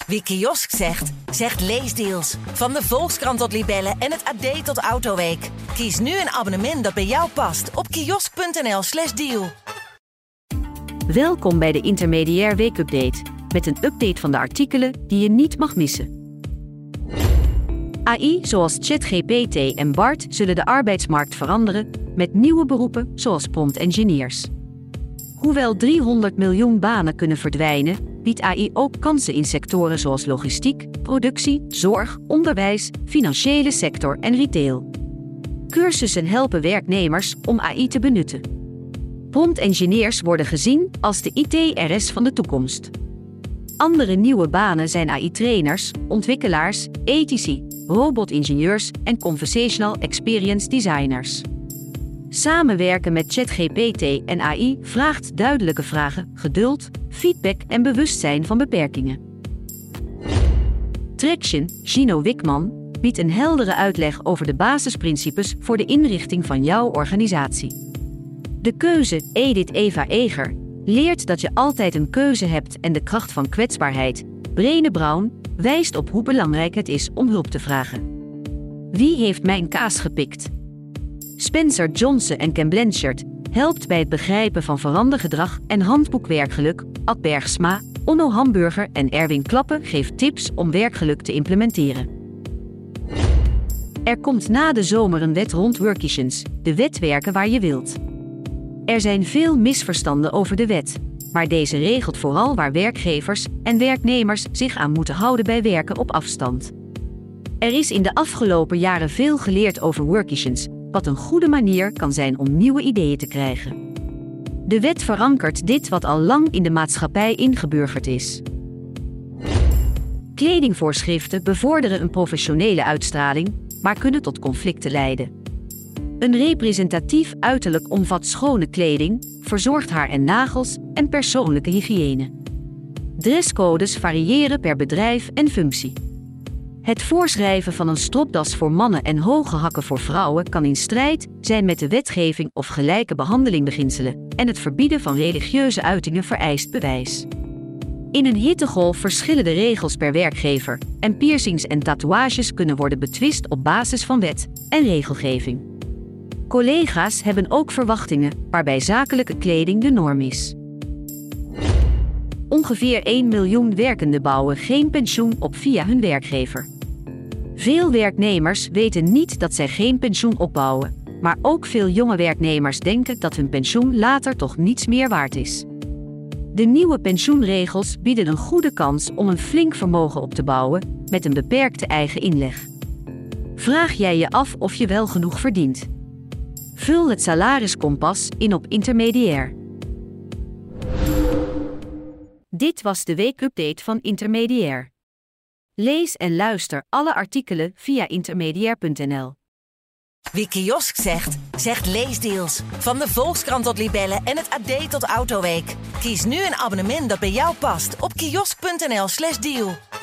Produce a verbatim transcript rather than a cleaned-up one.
Wie kiosk zegt, zegt leesdeals. Van de Volkskrant tot Libellen en het A D tot Autoweek. Kies nu een abonnement dat bij jou past op kiosk.nl slash deal. Welkom bij de Intermediair Weekupdate. Met een update van de artikelen die je niet mag missen. A I zoals ChatGPT en Bard zullen de arbeidsmarkt veranderen met nieuwe beroepen zoals prompt engineers. Hoewel driehonderd miljoen banen kunnen verdwijnen, biedt A I ook kansen in sectoren zoals logistiek, productie, zorg, onderwijs, financiële sector en retail. Cursussen helpen werknemers om A I te benutten. Prompt engineers worden gezien als de I T R S van de toekomst. Andere nieuwe banen zijn A I-trainers, ontwikkelaars, ethici, robotingenieurs en conversational experience designers. Samenwerken met ChatGPT en A I vraagt duidelijke vragen, geduld, feedback en bewustzijn van beperkingen. Traction, Gino Wickman, biedt een heldere uitleg over de basisprincipes voor de inrichting van jouw organisatie. De keuze, Edith Eva Eger, leert dat je altijd een keuze hebt en de kracht van kwetsbaarheid. Brené Brown wijst op hoe belangrijk het is om hulp te vragen. Wie heeft mijn kaas gepikt? Spencer Johnson en Ken Blanchard helpt bij het begrijpen van verandergedrag en handboek werkgeluk. Ad Bergsma, Onno Hamburger en Erwin Klappen geeft tips om werkgeluk te implementeren. Er komt na de zomer een wet rond workations, de wet werken waar je wilt. Er zijn veel misverstanden over de wet, maar deze regelt vooral waar werkgevers en werknemers zich aan moeten houden bij werken op afstand. Er is in de afgelopen jaren veel geleerd over workations, wat een goede manier kan zijn om nieuwe ideeën te krijgen. De wet verankert dit wat al lang in de maatschappij ingeburgerd is. Kledingvoorschriften bevorderen een professionele uitstraling, maar kunnen tot conflicten leiden. Een representatief uiterlijk omvat schone kleding, verzorgd haar en nagels en persoonlijke hygiëne. Dresscodes variëren per bedrijf en functie. Het voorschrijven van een stropdas voor mannen en hoge hakken voor vrouwen kan in strijd zijn met de wetgeving of gelijke behandeling beginselen en het verbieden van religieuze uitingen vereist bewijs. In een hittegolf verschillen de regels per werkgever en piercings en tatoeages kunnen worden betwist op basis van wet en regelgeving. Collega's hebben ook verwachtingen waarbij zakelijke kleding de norm is. Ongeveer één miljoen werkenden bouwen geen pensioen op via hun werkgever. Veel werknemers weten niet dat zij geen pensioen opbouwen, maar ook veel jonge werknemers denken dat hun pensioen later toch niets meer waard is. De nieuwe pensioenregels bieden een goede kans om een flink vermogen op te bouwen met een beperkte eigen inleg. Vraag jij je af of je wel genoeg verdient? Vul het salariskompas in op Intermediair. Dit was de weekupdate van Intermediair. Lees en luister alle artikelen via intermediair punt n l. Wie kiosk zegt, zegt leesdeals. Van de Volkskrant tot Libellen en het A D tot Autoweek. Kies nu een abonnement dat bij jou past op kiosk.nl slash deal.